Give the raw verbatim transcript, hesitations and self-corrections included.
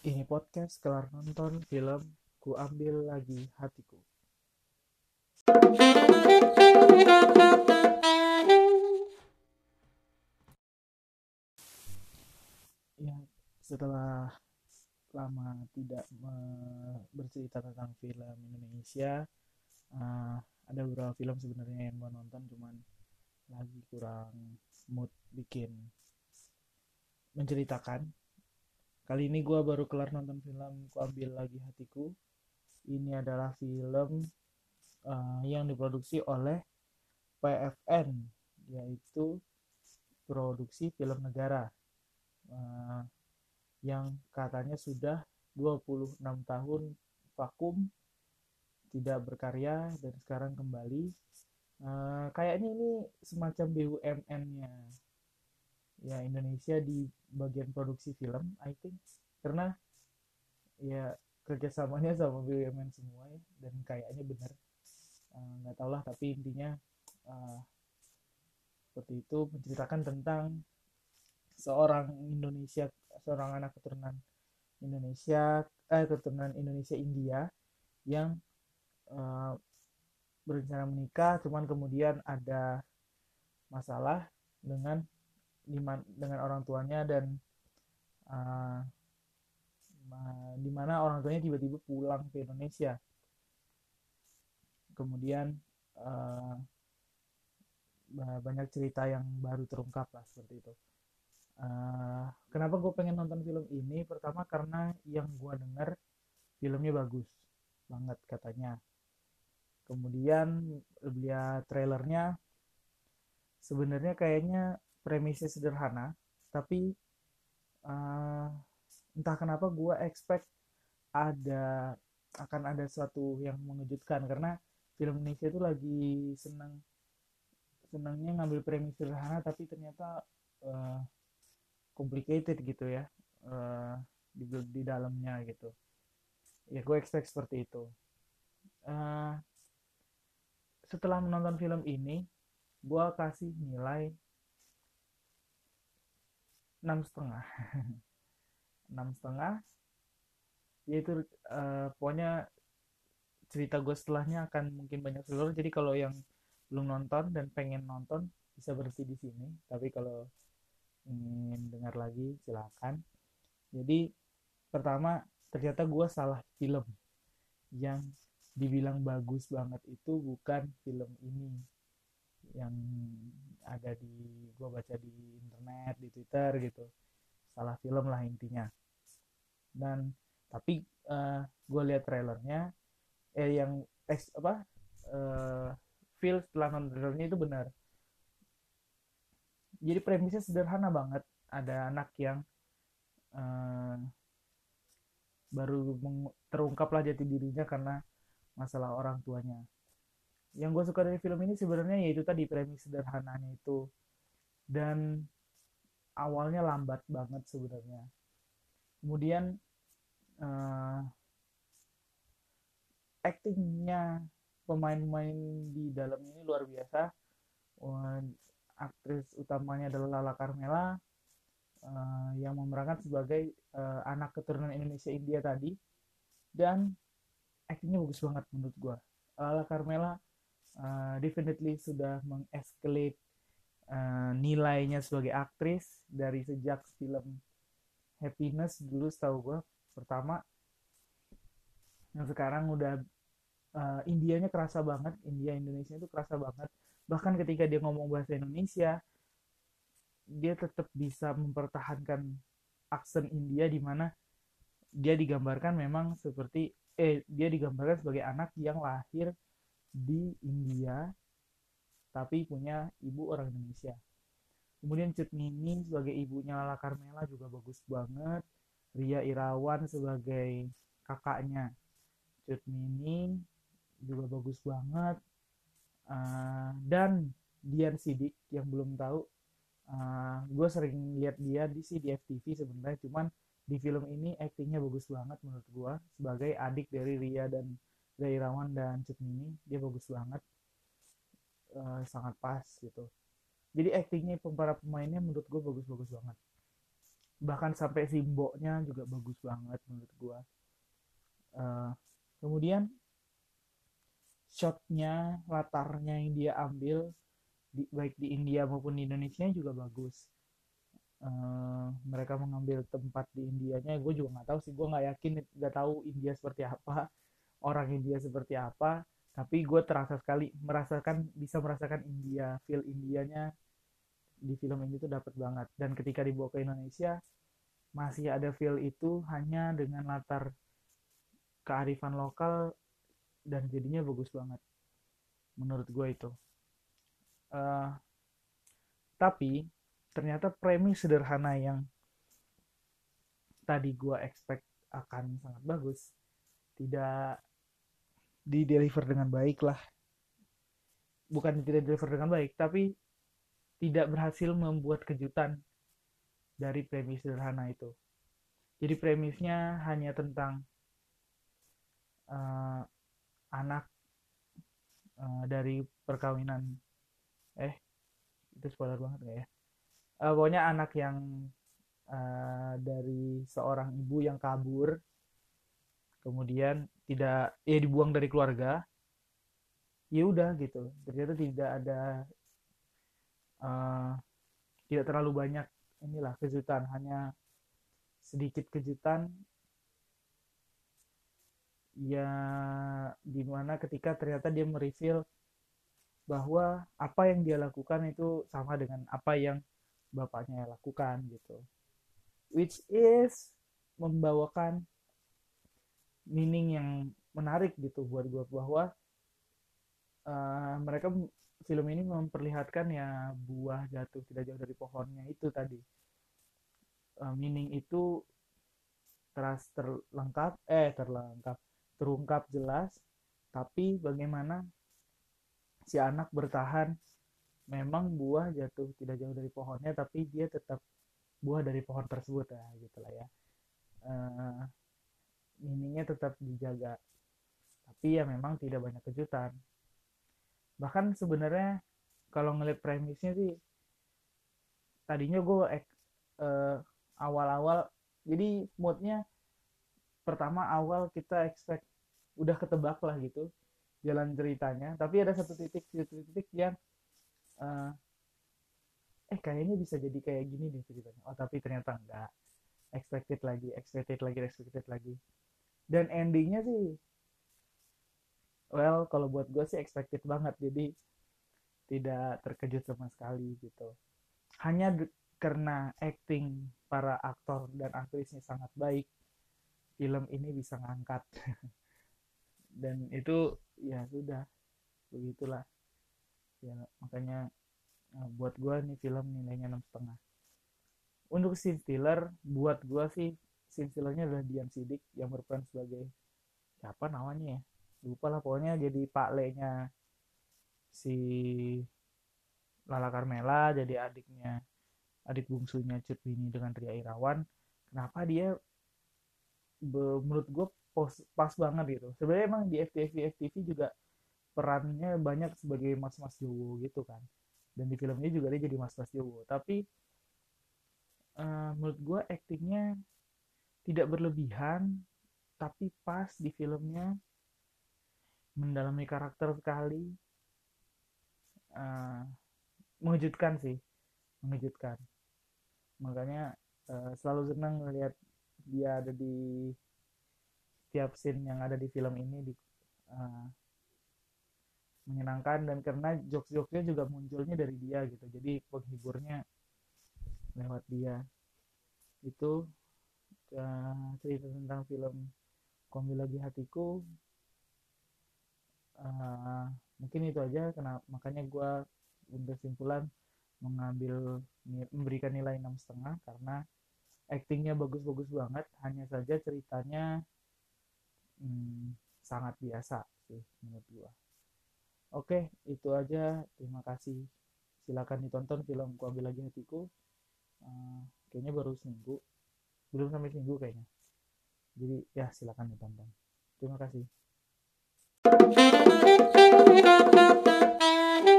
Ini podcast kelar nonton film Ku Ambil Lagi Hatiku. Ya, setelah lama tidak me- bercerita tentang film Indonesia, uh, ada beberapa film sebenarnya yang gue nonton, cuman lagi kurang mood bikin menceritakan. Kali ini gue baru kelar nonton film Ku Ambil Lagi Hatiku. Ini adalah film uh, yang diproduksi oleh P F N, yaitu Produksi Film Negara. Uh, yang katanya sudah dua puluh enam tahun vakum tidak berkarya dan sekarang kembali. Uh, kayaknya ini semacam B U M N-nya ya Indonesia di bagian produksi film, I think, karena ya kerjasamanya sama B U M N semua ya, dan kayaknya benar. Uh, nggak tahu lah, tapi intinya uh, seperti itu, menceritakan tentang seorang Indonesia, seorang anak keturunan Indonesia, eh keturunan Indonesia India yang uh, berencana menikah, cuman kemudian ada masalah dengan dengan orang tuanya, dan uh, di mana orang tuanya tiba-tiba pulang ke Indonesia. Kemudian uh, banyak cerita yang baru terungkap lah, seperti itu. Uh, kenapa gue pengen nonton film ini? Pertama karena yang gue denger filmnya bagus banget katanya. Kemudian lihat trailernya, sebenarnya kayaknya premisnya sederhana, tapi uh, entah kenapa gue expect ada akan ada sesuatu yang mengejutkan, karena film Indonesia itu lagi senang senangnya ngambil premis sederhana tapi ternyata uh, complicated gitu ya, uh, di, di dalamnya gitu. Ya gue expect seperti itu. Uh, setelah menonton film ini, gue kasih nilai enam setengah. Enam setengah, yaitu uh, pokoknya cerita gue setelahnya akan mungkin banyak spoiler, jadi kalau yang belum nonton dan pengen nonton bisa berhenti di sini, tapi kalau ingin dengar lagi silakan. Jadi pertama, ternyata gue salah film. Yang dibilang bagus banget itu bukan film ini yang ada di gue baca di internet, di Twitter gitu. Salah film lah intinya. Dan tapi uh, gue lihat trailernya, eh yang teks apa uh, feel setelah nonton trailernya itu benar. Jadi premisnya sederhana banget. Ada anak yang uh, baru terungkaplah jati dirinya karena masalah orang tuanya. Yang gue suka dari film ini sebenarnya yaitu tadi premis sederhananya itu, dan awalnya lambat banget sebenarnya. Kemudian uh, actingnya pemain-pemain di dalam ini luar biasa. Uh, aktris utamanya adalah Lala Carmela, uh, yang memerankan sebagai uh, anak keturunan Indonesia India tadi, dan aktingnya bagus banget menurut gue. Lala Carmela uh, definitely sudah mengescalate uh, nilainya sebagai aktris dari sejak film Happiness dulu, setahu gue pertama, yang sekarang udah uh, Indianya kerasa banget, India Indonesia itu kerasa banget. Bahkan ketika dia ngomong bahasa Indonesia, dia tetap bisa mempertahankan aksen India, di mana dia digambarkan memang seperti eh dia digambarkan sebagai anak yang lahir di India tapi punya ibu orang Indonesia. Kemudian Cut Mini sebagai ibunya Lala Carmela juga bagus banget. Ria Irawan sebagai kakaknya Cut Mini juga bagus banget. Uh, dan Dian Sidik yang belum tahu, uh, gue sering lihat dia di sih di F T V sebenarnya, cuman di film ini aktingnya bagus banget menurut gue, sebagai adik dari Ria dan Ria Irawan dan Cut Mini, dia bagus banget, uh, sangat pas gitu. Jadi aktingnya para pemainnya menurut gue bagus-bagus banget. bahkan sampai simboknya juga bagus banget menurut gua. Uh, kemudian shotnya, latarnya yang dia ambil di, baik di India maupun di Indonesia juga bagus. Uh, mereka mengambil tempat di Indianya, gue juga nggak tahu sih, gue nggak yakin, nggak tahu India seperti apa, orang India seperti apa, tapi gue terasa sekali merasakan, bisa merasakan India, feel Indianya di film ini tuh dapat banget. Dan ketika dibawa ke Indonesia masih ada feel itu, hanya dengan latar kearifan lokal, dan jadinya bagus banget menurut gue itu. Uh, tapi ternyata premis sederhana yang tadi gue expect akan sangat bagus tidak di deliver dengan baik lah. Bukan tidak deliver dengan baik, tapi tidak berhasil membuat kejutan dari premis sederhana itu. Jadi premisnya hanya tentang uh, anak uh, dari perkawinan, eh itu spoiler banget gak ya? Uh, pokoknya anak yang uh, dari seorang ibu yang kabur, kemudian tidak, ya dibuang dari keluarga, ya udah gitu. Ternyata tidak ada, uh, tidak terlalu banyak inilah kejutan, hanya sedikit kejutan ya, dimana ketika ternyata dia mereveal bahwa apa yang dia lakukan itu sama dengan apa yang bapaknya lakukan gitu, which is membawakan meaning yang menarik gitu buat gue, bahwa uh, mereka film ini memperlihatkan ya buah jatuh tidak jauh dari pohonnya itu tadi. Uh, meaning itu teras terlengkap eh terlengkap terungkap jelas, tapi bagaimana si anak bertahan, memang buah jatuh tidak jauh dari pohonnya tapi dia tetap buah dari pohon tersebut ya gitulah ya. Uh, meaningnya tetap dijaga, tapi ya memang tidak banyak kejutan. Bahkan sebenarnya kalau ngeliat premisnya sih, tadinya gue uh, awal-awal jadi moodnya pertama awal kita expect udah ketebak lah gitu jalan ceritanya, tapi ada satu titik satu titik yang uh, eh kayaknya bisa jadi kayak gini deh ceritanya, oh tapi ternyata enggak, expected lagi expected lagi expected lagi, dan endingnya sih well kalau buat gue sih expected banget, jadi tidak terkejut sama sekali gitu. Hanya d- karena acting para aktor dan aktrisnya sangat baik, film ini bisa ngangkat. Dan itu ya sudah begitulah ya, makanya nah, buat gue nih film nilainya enam setengah. Untuk scene stealer, buat gue sih scene stealernya adalah Dian Sidik yang berperan sebagai siapa namanya ya, lupa lah, pokoknya jadi Pak Le-nya si Lala Carmela, jadi adiknya, adik bungsunya Cut Bini dengan Ria Irawan. Kenapa dia be, menurut gue pas banget gitu. Sebenarnya emang di F T V F T V juga perannya banyak sebagai mas-mas Jowo gitu kan, dan di filmnya juga dia jadi mas-mas Jowo, tapi uh, menurut gue aktingnya tidak berlebihan, tapi pas di filmnya, mendalami karakter sekali, uh, mengejutkan sih, mengejutkan. Makanya uh, selalu senang melihat dia ada di setiap scene yang ada di film ini, di, uh, menyenangkan, dan karena jokes-jokesnya juga munculnya dari dia gitu, jadi penghiburnya lewat dia. Itu uh, cerita tentang film Kombi Lagi Hatiku. Uh, mungkin itu aja, kenapa makanya gue untuk simpulan mengambil memberikan nilai enam setengah, karena actingnya bagus-bagus banget, hanya saja ceritanya hmm, sangat biasa sih menurut gue. Oke, itu aja, terima kasih, silakan ditonton film Ku Ambil Lagi Hatiku. Uh, kayaknya baru seminggu, belum sampai seminggu kayaknya, jadi ya silakan ditonton. Terima kasih.